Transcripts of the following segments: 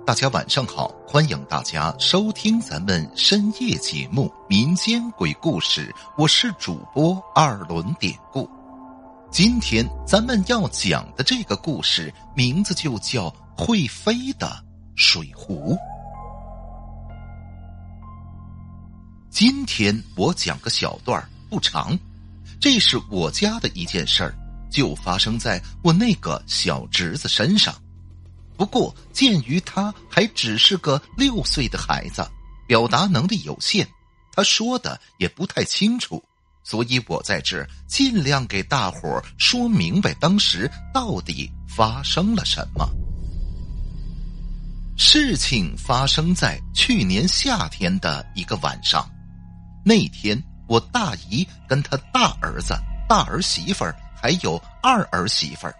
大家晚上好，欢迎大家收听咱们深夜节目《民间鬼故事》，我是主播二轮典故。今天咱们要讲的这个故事名字就叫会飞的水壶。今天我讲个小段不长，这是我家的一件事儿，就发生在我那个小侄子身上。不过鉴于他还只是个6岁的孩子，表达能力有限，他说的也不太清楚，所以我在这尽量给大伙儿说明白当时到底发生了什么。事情发生在去年夏天的一个晚上，那天我大姨跟他大儿子、大儿媳妇儿还有二儿媳妇儿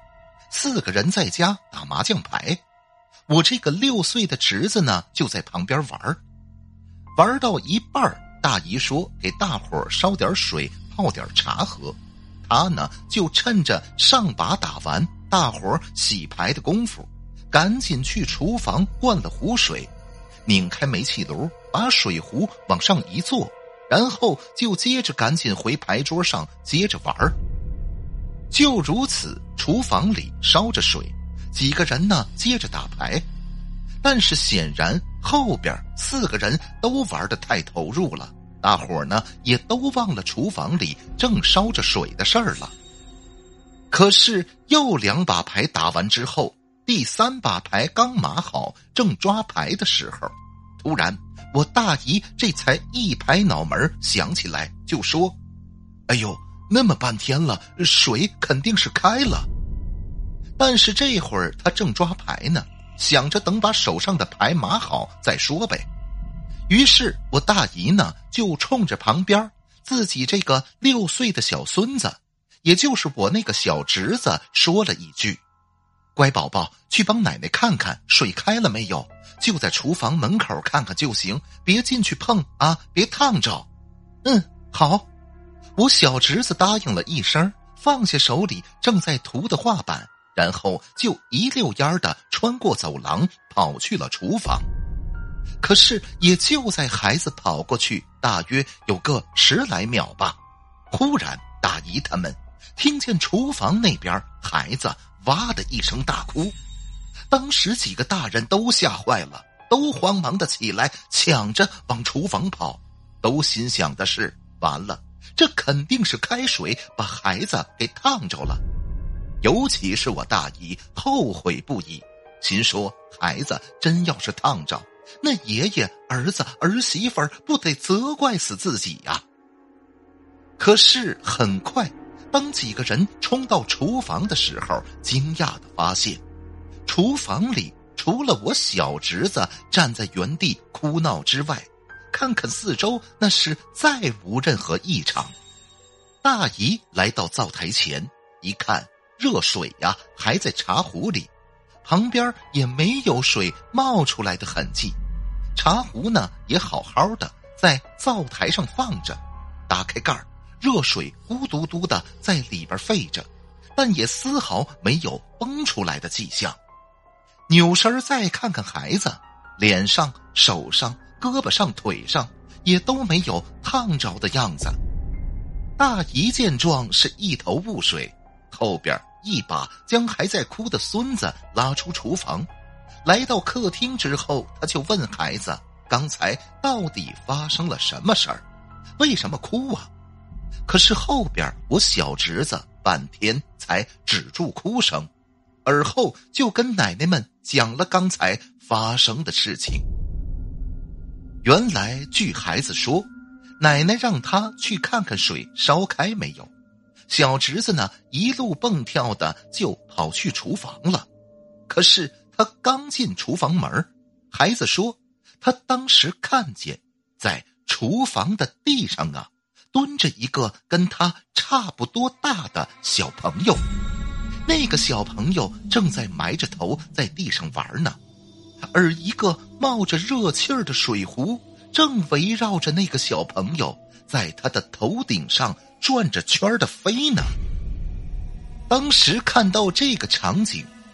4个人在家打麻将牌。我这个6岁的侄子呢，就在旁边玩到一半，大姨说给大伙儿烧点水，泡点茶喝。他呢就趁着上把打完，大伙儿洗牌的功夫，赶紧去厨房灌了壶水，拧开煤气炉，把水壶往上一坐，然后就接着赶紧回牌桌上接着玩。就如此，厨房里烧着水，几个人呢接着打牌，但是显然后边4个人都玩得太投入了，大伙呢也都忘了厨房里正烧着水的事儿了。可是又2把牌打完之后，第3把牌刚码好，正抓牌的时候，突然我大姨这才一拍脑门想起来，就说：哎呦，那么半天了，水肯定是开了。但是这会儿他正抓牌呢，想着等把手上的牌码好再说呗。于是我大姨呢就冲着旁边自己这个6岁的小孙子，也就是我那个小侄子说了一句：乖宝宝，去帮奶奶看看水开了没有，就在厨房门口看看就行，别进去碰啊，别烫着。好。我小侄子答应了一声，放下手里正在涂的画板，然后就一溜烟的穿过走廊跑去了厨房。可是也就在孩子跑过去大约有个10来秒吧，忽然大姨他们听见厨房那边孩子哇的一声大哭。当时几个大人都吓坏了，都慌忙的起来抢着往厨房跑，都心想的是完了，这肯定是开水把孩子给烫着了。尤其是我大姨后悔不已，心说孩子真要是烫着，那爷爷、儿子、儿媳妇不得责怪死自己呀。可是很快，当几个人冲到厨房的时候，惊讶地发现厨房里除了我小侄子站在原地哭闹之外，看看四周，那是再无任何异常。大姨来到灶台前一看，热水呀还在茶壶里，旁边也没有水冒出来的痕迹，茶壶呢也好好的在灶台上放着，打开盖儿，热水咕嘟嘟的在里边沸着，但也丝毫没有崩出来的迹象。扭身再看看孩子，脸上、手上、胳膊上、腿上也都没有烫着的样子。大姨见状是一头雾水，后边一把将还在哭的孙子拉出厨房，来到客厅之后，他就问孩子刚才到底发生了什么事儿，为什么哭啊？可是后边我小侄子半天才止住哭声，而后就跟奶奶们讲了刚才发生的事情。原来据孩子说，奶奶让他去看看水烧开没有，小侄子呢一路蹦跳的就跑去厨房了。可是他刚进厨房门，孩子说他当时看见在厨房的地上啊蹲着一个跟他差不多大的小朋友，那个小朋友正在埋着头在地上玩呢，而一个冒着热气儿的水壶正围绕着那个小朋友在他的头顶上转着圈的飞呢。当时看到这个场景，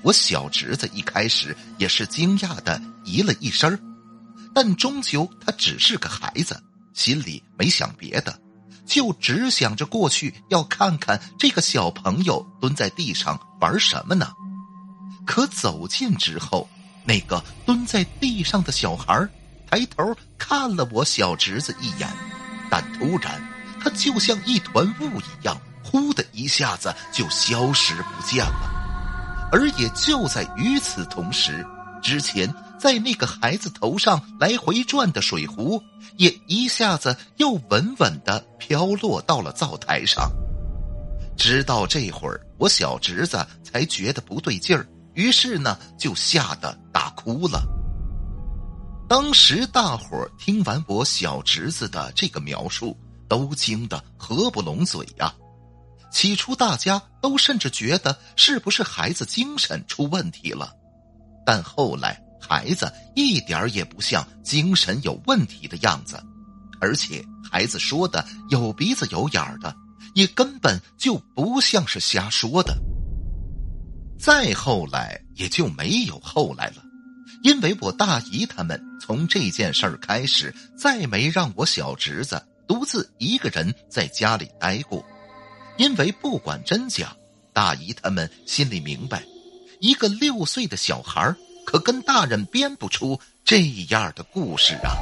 我小侄子一开始也是惊讶的咦了一声，但终究他只是个孩子，心里没想别的，就只想着过去要看看这个小朋友蹲在地上玩什么呢。可走近之后，那个蹲在地上的小孩抬头看了我小侄子一眼，但突然他就像一团雾一样，呼的一下子就消失不见了。而也就在与此同时，之前在那个孩子头上来回转的水壶也一下子又稳稳地飘落到了灶台上。直到这会儿，我小侄子才觉得不对劲儿，于是呢就吓得大哭了。当时大伙儿听完我小侄子的这个描述，都惊得合不拢嘴呀。起初大家都甚至觉得是不是孩子精神出问题了，但后来孩子一点也不像精神有问题的样子，而且孩子说的有鼻子有眼的，也根本就不像是瞎说的。再后来也就没有后来了，因为我大姨他们从这件事儿开始，再没让我小侄子独自一个人在家里待过。因为不管真假，大姨他们心里明白，一个6岁的小孩可跟大人编不出这样的故事啊。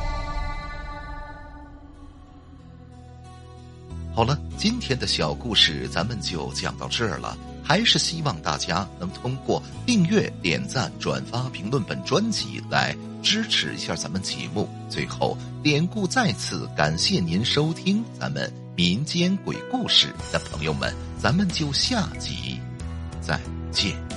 好了，今天的小故事咱们就讲到这儿了，还是希望大家能通过订阅、点赞、转发、评论本专辑来支持一下咱们节目。最后典故再次感谢您收听咱们民间鬼故事的朋友们，咱们就下集再见。